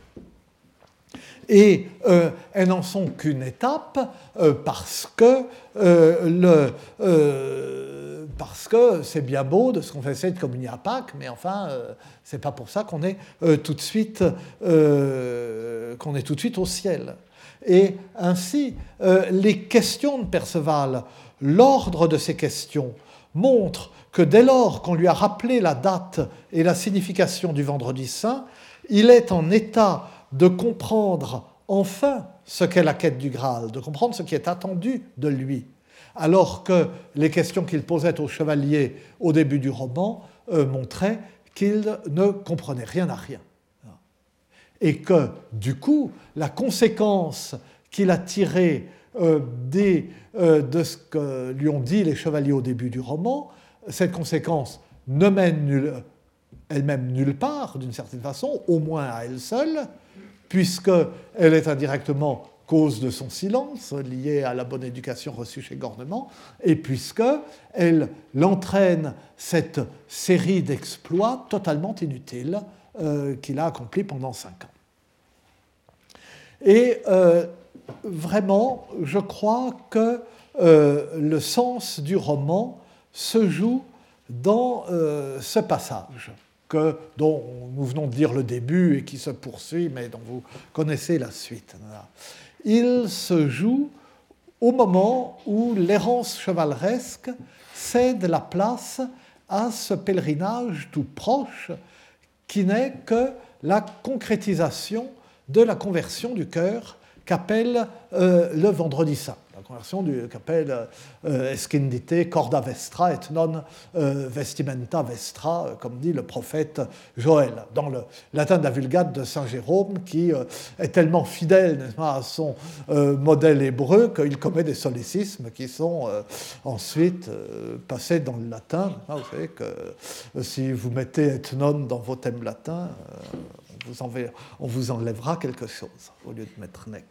Et elles n'en sont qu'une étape parce que c'est bien beau de se confesser de communier à Pâques, mais enfin, c'est pas pour ça qu'on est tout de suite au ciel. Et ainsi, les questions de Perceval, l'ordre de ces questions, montre que dès lors qu'on lui a rappelé la date et la signification du Vendredi Saint, il est en état de comprendre enfin ce qu'est la quête du Graal, de comprendre ce qui est attendu de lui, alors que les questions qu'il posait au chevalier au début du roman montraient qu'il ne comprenait rien à rien. Et que, du coup, la conséquence qu'il a tirée de ce que lui ont dit les chevaliers au début du roman, cette conséquence ne mène elle-même nulle part, d'une certaine façon, au moins à elle seule, puisqu'elle est indirectement cause de son silence, lié à la bonne éducation reçue chez Gornement, et puisqu'elle l'entraîne cette série d'exploits totalement inutiles qu'il a accomplis pendant 5 ans. Et vraiment, je crois que le sens du roman se joue dans ce passage dont nous venons de dire le début et qui se poursuit, mais dont vous connaissez la suite. Il se joue au moment où l'errance chevaleresque cède la place à ce pèlerinage tout proche qui n'est que la concrétisation de la conversion du cœur qu'appelle le Vendredi Saint. La conversion qu'appelle Escindite corda vestra et non vestimenta vestra, comme dit le prophète Joël, dans le latin de la Vulgate de Saint Jérôme, qui est tellement fidèle, n'est-ce pas, à son modèle hébreu qu'il commet des solécismes qui sont ensuite passés dans le latin. Vous savez que si vous mettez et non dans vos thèmes latins, on vous enlèvera quelque chose au lieu de mettre nec.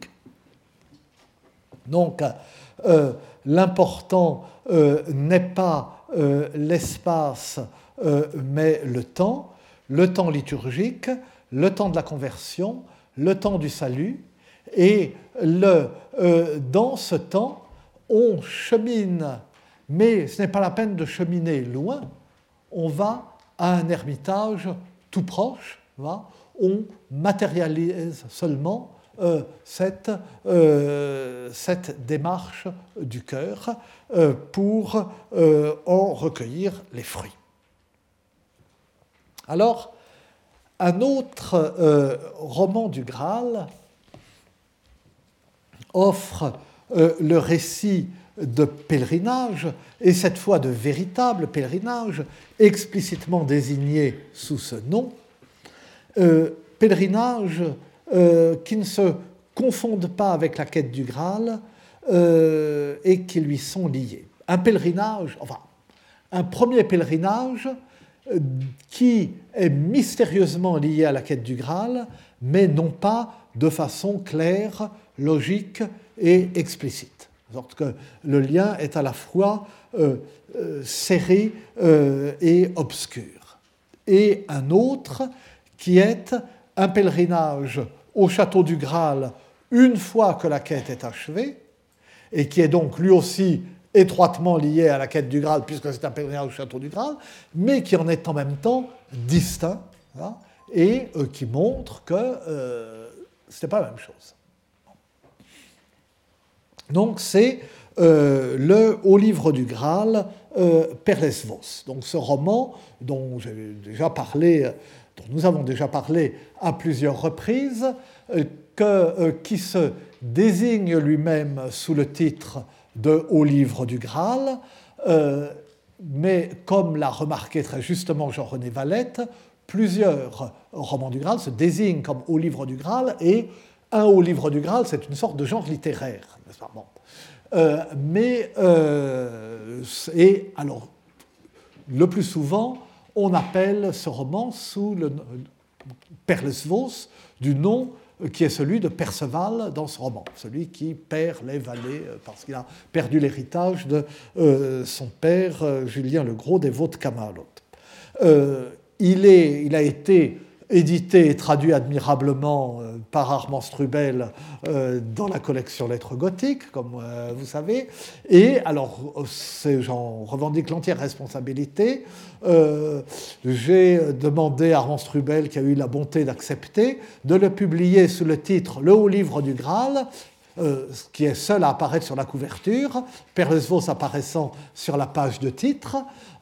Donc, l'important n'est pas l'espace, mais le temps liturgique, le temps de la conversion, le temps du salut. Et dans ce temps, on chemine, mais ce n'est pas la peine de cheminer loin. On va à un ermitage tout proche, on matérialise seulement cette démarche du cœur pour en recueillir les fruits. Alors, un autre roman du Graal offre le récit de pèlerinage, et cette fois de véritable pèlerinage, explicitement désigné sous ce nom, pèlerinage qui ne se confondent pas avec la quête du Graal et qui lui sont liés. Un pèlerinage, enfin, un premier pèlerinage qui est mystérieusement lié à la quête du Graal, mais non pas de façon claire, logique et explicite. De sorte que le lien est à la fois serré et obscur. Et un autre qui est un pèlerinage au château du Graal une fois que la quête est achevée, et qui est donc lui aussi étroitement lié à la quête du Graal, puisque c'est un pèlerinage au château du Graal, mais qui en est en même temps distinct, et qui montre que ce n'était pas la même chose. Donc c'est le Haut Livre du Graal, Perlesvos. Donc ce roman dont nous avons déjà parlé à plusieurs reprises, qui se désigne lui-même sous le titre de Haut Livre du Graal, mais comme l'a remarqué très justement Jean-René Valette, plusieurs romans du Graal se désignent comme Haut Livre du Graal, et un Haut Livre du Graal, c'est une sorte de genre littéraire, n'est-ce pas ? Bon. Et alors, le plus souvent, on appelle ce roman sous le Perlesvos, du nom qui est celui de Perceval dans ce roman, celui qui perd les vallées parce qu'il a perdu l'héritage de son père, Julien le Gros, des Vaux de Camalot. Il a été édité et traduit admirablement par Armand Strubel dans la collection Lettres gothiques, comme vous savez. Et alors, j'en revendique l'entière responsabilité. J'ai demandé à Armand Strubel, qui a eu la bonté d'accepter, de le publier sous le titre Le Haut Livre du Graal, qui est seul à apparaître sur la couverture, Perlesvos apparaissant sur la page de titre,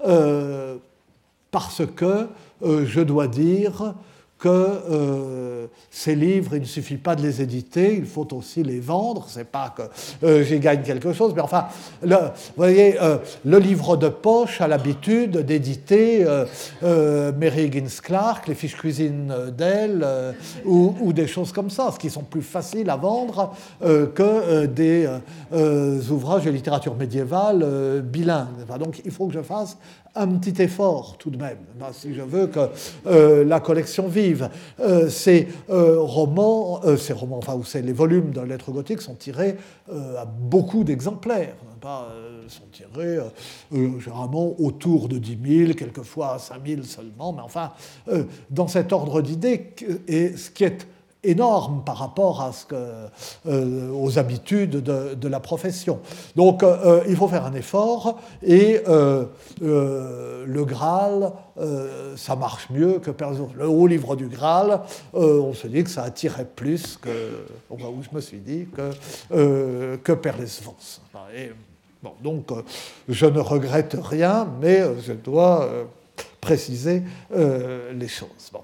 parce que je dois dire que ces livres, il ne suffit pas de les éditer, il faut aussi les vendre. C'est pas que j'y gagne quelque chose, mais enfin, vous voyez, le livre de poche a l'habitude d'éditer Mary Higgins Clark, les fiches cuisine d'elle, ou des choses comme ça, ce qui sont plus faciles à vendre que des ouvrages de littérature médiévale bilingues. Enfin, donc, il faut que je fasse un petit effort tout de même, si je veux que la collection vive. Ces romans, enfin, où les volumes de Lettres gothiques sont tirés à beaucoup d'exemplaires. Sont tirés généralement autour de 10 000, quelquefois à 5 000 seulement, mais enfin, dans cet ordre d'idées, et ce qui est énorme par rapport à aux habitudes de la profession. Donc il faut faire un effort, et le Graal, ça marche mieux que le Haut Livre du Graal. On se dit que ça attirait plus que, où je me suis dit, que Perlesvos. Bon, donc je ne regrette rien, mais je dois préciser les choses. Bon.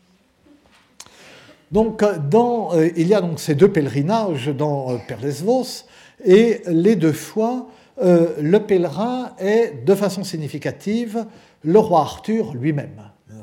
Donc, il y a donc ces deux pèlerinages dans Perlesvos, et les deux fois, le pèlerin est de façon significative le roi Arthur lui-même.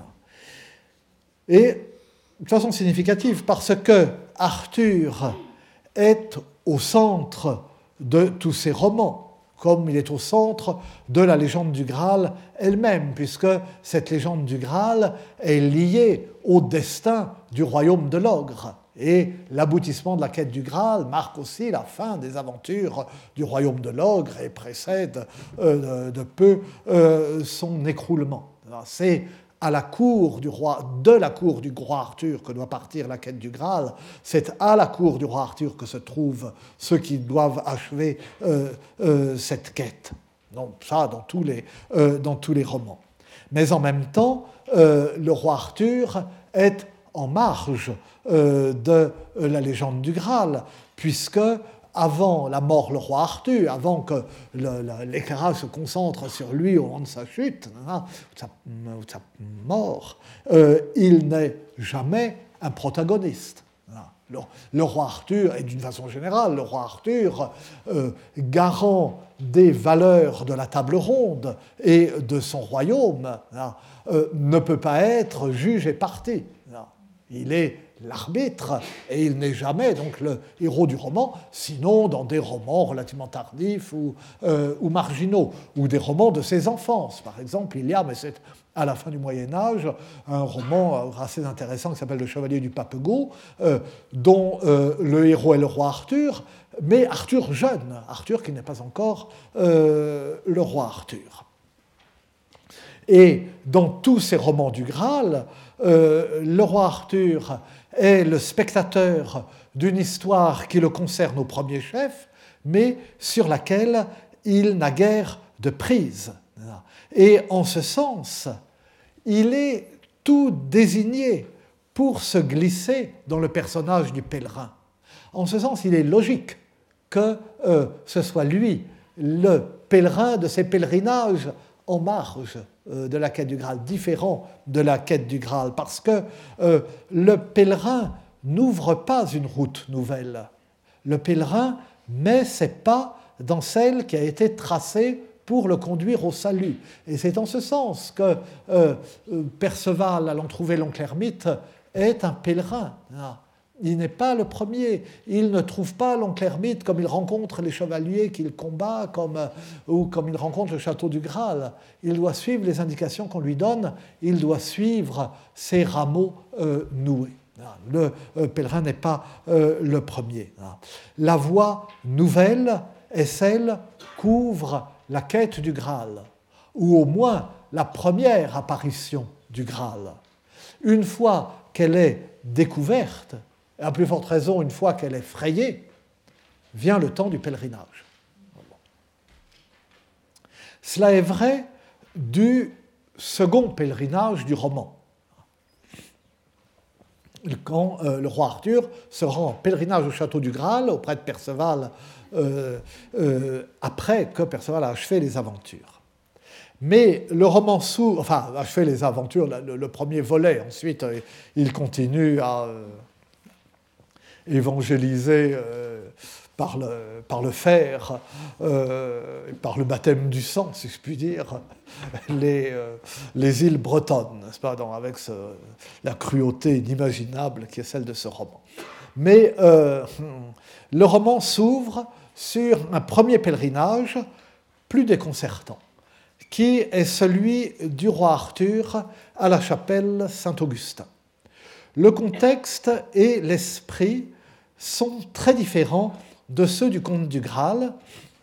Et de façon significative parce que Arthur est au centre de tous ces romans, comme il est au centre de la légende du Graal elle-même, puisque cette légende du Graal est liée au destin du royaume de l'ogre. Et l'aboutissement de la quête du Graal marque aussi la fin des aventures du royaume de l'ogre et précède de peu son écroulement. C'est à la cour du roi, de la cour du roi Arthur que doit partir la quête du Graal. C'est à la cour du roi Arthur que se trouvent ceux qui doivent achever cette quête. Donc ça, dans tous les romans. Mais en même temps, le roi Arthur est en marge de la légende du Graal, puisque avant la mort du roi Arthur, avant que l'éclairage se concentre sur lui au moment de sa chute, de sa mort, il n'est jamais un protagoniste. Le roi Arthur, et d'une façon générale, le roi Arthur, garant des valeurs de la table ronde et de son royaume, ne peut pas être juge et parti. Il est l'arbitre, et il n'est jamais donc le héros du roman, sinon dans des romans relativement tardifs ou marginaux, ou des romans de ses enfances. Par exemple, il y a, mais c'est à la fin du Moyen-Âge, un roman assez intéressant qui s'appelle Le Chevalier du Papegaut, dont le héros est le roi Arthur, mais Arthur jeune, Arthur qui n'est pas encore le roi Arthur. Et dans tous ces romans du Graal, le roi Arthur est le spectateur d'une histoire qui le concerne au premier chef, mais sur laquelle il n'a guère de prise. Et en ce sens, il est tout désigné pour se glisser dans le personnage du pèlerin. En ce sens, il est logique que ce soit lui, le pèlerin de ces pèlerinages en marge de la quête du Graal, différent de la quête du Graal, parce que le pèlerin n'ouvre pas une route nouvelle. Le pèlerin met ses pas dans celle qui a été tracée pour le conduire au salut. Et c'est en ce sens que Perceval, allant trouver l'oncle Ermite, est un pèlerin. Il n'est pas le premier. Il ne trouve pas l'oncle Ermite comme il rencontre les chevaliers qu'il combat, ou comme il rencontre le château du Graal. Il doit suivre les indications qu'on lui donne, il doit suivre ses rameaux noués. Le pèlerin n'est pas le premier. La voie nouvelle est celle qu'ouvre la quête du Graal, ou au moins la première apparition du Graal. Une fois qu'elle est découverte, et à plus forte raison une fois qu'elle est frayée, vient le temps du pèlerinage. Cela est vrai du second pèlerinage du roman. Quand le roi Arthur se rend en pèlerinage au château du Graal auprès de Perceval après que Perceval a achevé les aventures. Mais le roman s'ouvre, enfin, achevé les aventures, le premier volet, ensuite il continue à évangéliser par le fer, par le baptême du sang, si je puis dire, les îles bretonnes, n'est-ce pas, avec la cruauté inimaginable qui est celle de ce roman. Mais le roman s'ouvre sur un premier pèlerinage plus déconcertant, qui est celui du roi Arthur à la chapelle Saint-Augustin. Le contexte et l'esprit sont très différents de ceux du Conte du Graal,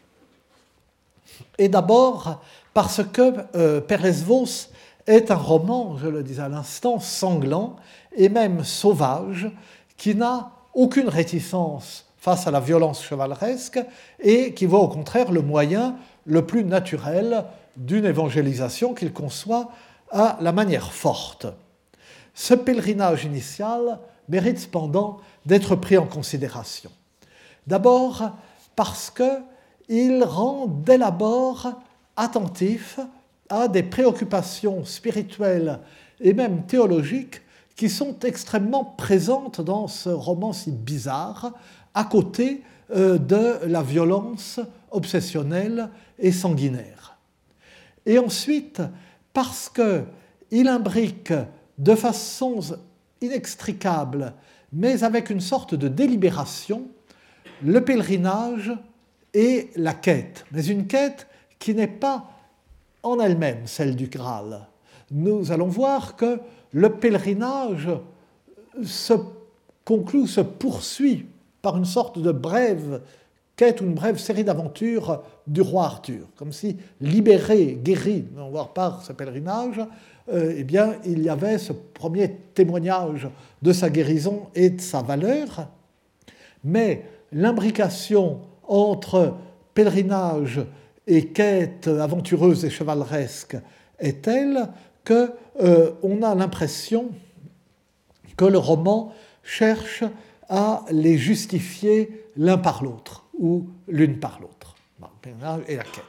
et d'abord parce que Perlesvos est un roman, je le disais à l'instant, sanglant et même sauvage, qui n'a aucune réticence face à la violence chevaleresque et qui voit au contraire le moyen le plus naturel d'une évangélisation qu'il conçoit à la manière forte. Ce pèlerinage initial mérite cependant d'être pris en considération. D'abord parce qu'il rend dès l'abord attentif à des préoccupations spirituelles et même théologiques qui sont extrêmement présentes dans ce roman si bizarre, à côté de la violence obsessionnelle et sanguinaire. Et ensuite, parce qu'il imbrique de façon inextricable, mais avec une sorte de délibération, le pèlerinage et la quête, mais une quête qui n'est pas en elle-même celle du Graal. Nous allons voir que le pèlerinage se conclut, se poursuit par une sorte de brève quête ou une brève série d'aventures du roi Arthur, comme si libéré, guéri, on va voir par ce pèlerinage, eh bien, il y avait ce premier témoignage de sa guérison et de sa valeur, mais l'imbrication entre pèlerinage et quête aventureuse et chevaleresque est telle qu'on a l'impression que le roman cherche à les justifier l'un par l'autre, ou l'une par l'autre, le pèlerinage et la quête.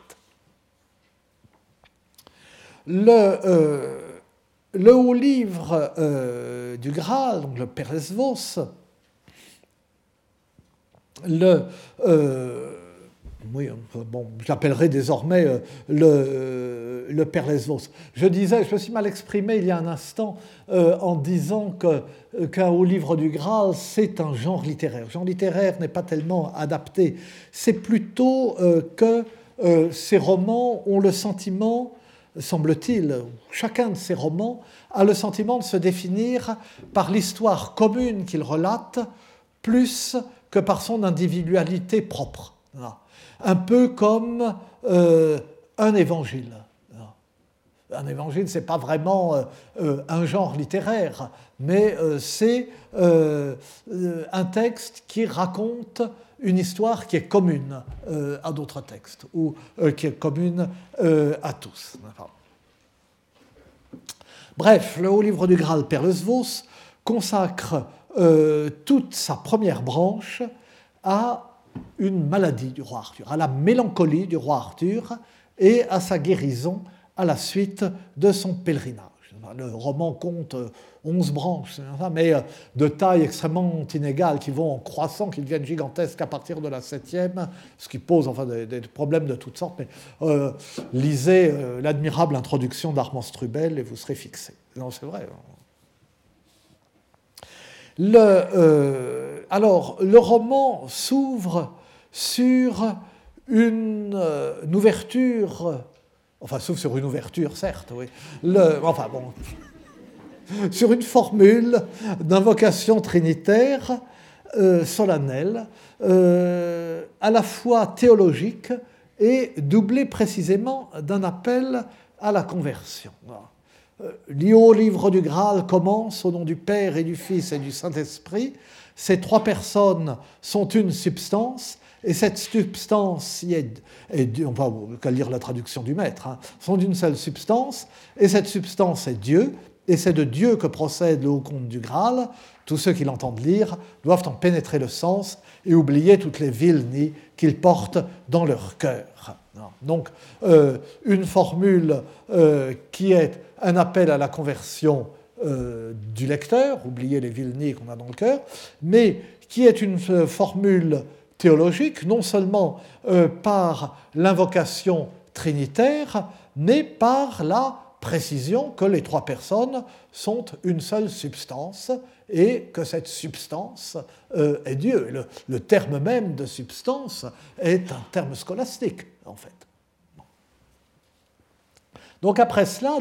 Le haut livre du Graal, donc le Perlesvos, je l'appellerai désormais le Perlesvos. Je me suis mal exprimé il y a un instant en disant qu'un haut livre du Graal, c'est un genre littéraire. Le genre littéraire n'est pas tellement adapté. C'est plutôt que ces romans ont le sentiment, semble-t-il, chacun de ces romans a le sentiment de se définir par l'histoire commune qu'il relate, plus que par son individualité propre. Un peu comme un évangile. Un évangile, ce n'est pas vraiment un genre littéraire, mais c'est un texte qui raconte une histoire qui est commune à d'autres textes, ou qui est commune à tous. Bref, le haut livre du Graal Perlesvos consacre toute sa première branche à une maladie du roi Arthur, à la mélancolie du roi Arthur et à sa guérison à la suite de son pèlerinage. Le roman compte 11 branches, mais de taille extrêmement inégale, qui vont en croissant, qui deviennent gigantesques à partir de la 7e, ce qui pose des problèmes de toutes sortes. Mais lisez l'admirable introduction d'Armand Strubel et vous serez fixé. Non, c'est vrai. Alors, le roman s'ouvre sur une ouverture, enfin, s'ouvre sur une ouverture, certes, oui. Sur une formule d'invocation trinitaire solennelle, à la fois théologique et doublée précisément d'un appel à la conversion. L'Io livre du Graal commence au nom du Père et du Fils et du Saint-Esprit. Ces trois personnes sont une substance, et cette substance on va qu'à lire la traduction du maître, sont d'une seule substance, et cette substance est Dieu, et c'est de Dieu que procède le haut conte du Graal. Tous ceux qui l'entendent lire doivent en pénétrer le sens et oublier toutes les vilenies qu'ils portent dans leur cœur. Donc, une formule qui est un appel à la conversion du lecteur, oublier les vilenies qu'on a dans le cœur, mais qui est une formule théologique, non seulement par l'invocation trinitaire, mais par la précision que les trois personnes sont une seule substance et que cette substance est Dieu. Le terme même de substance est un terme scolastique, en fait. Donc après cela,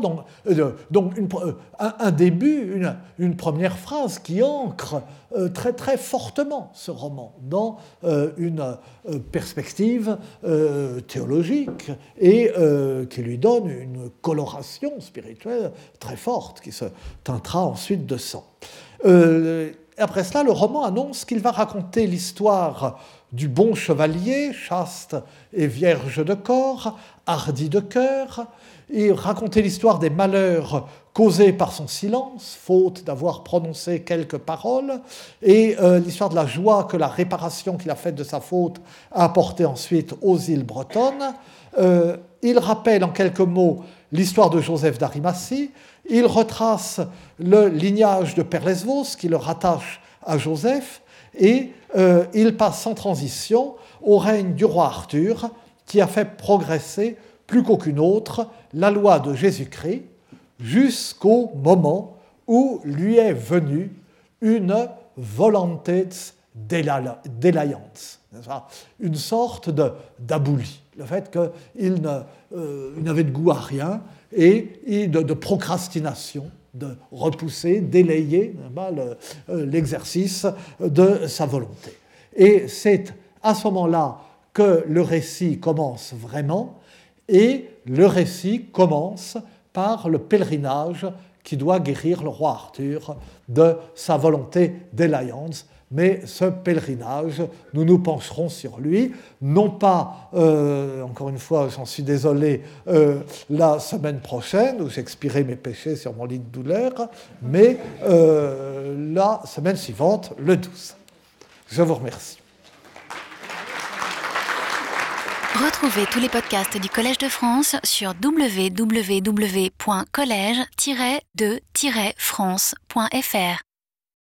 un début, une première phrase qui ancre très très fortement ce roman dans une perspective théologique et qui lui donne une coloration spirituelle très forte qui se teintera ensuite de sang. Après cela, le roman annonce qu'il va raconter l'histoire du bon chevalier, chaste et vierge de corps, hardi de cœur, et raconter l'histoire des malheurs causés par son silence, faute d'avoir prononcé quelques paroles, et l'histoire de la joie que la réparation qu'il a faite de sa faute a apportée ensuite aux îles bretonnes. Il rappelle en quelques mots l'histoire de Joseph d'Arimathie, il retrace le lignage de Père Lesvos qui le rattache à Joseph, et il passe sans transition au règne du roi Arthur, qui a fait progresser plus qu'aucune autre la loi de Jésus-Christ, jusqu'au moment où lui est venue une voluntas delayans, une sorte d'aboli, le fait qu'il n'avait de goût à rien et de procrastination, de repousser, d'élayer l'exercice de sa volonté. Et c'est à ce moment-là que le récit commence vraiment, et le récit commence par le pèlerinage qui doit guérir le roi Arthur de sa volonté d'alliance. Mais ce pèlerinage, nous nous pencherons sur lui, non pas, encore une fois, j'en suis désolé, la semaine prochaine, où j'expierai mes péchés sur mon lit de douleur, mais la semaine suivante, le 12. Je vous remercie. Retrouvez tous les podcasts du Collège de France sur www.collège-de-france.fr.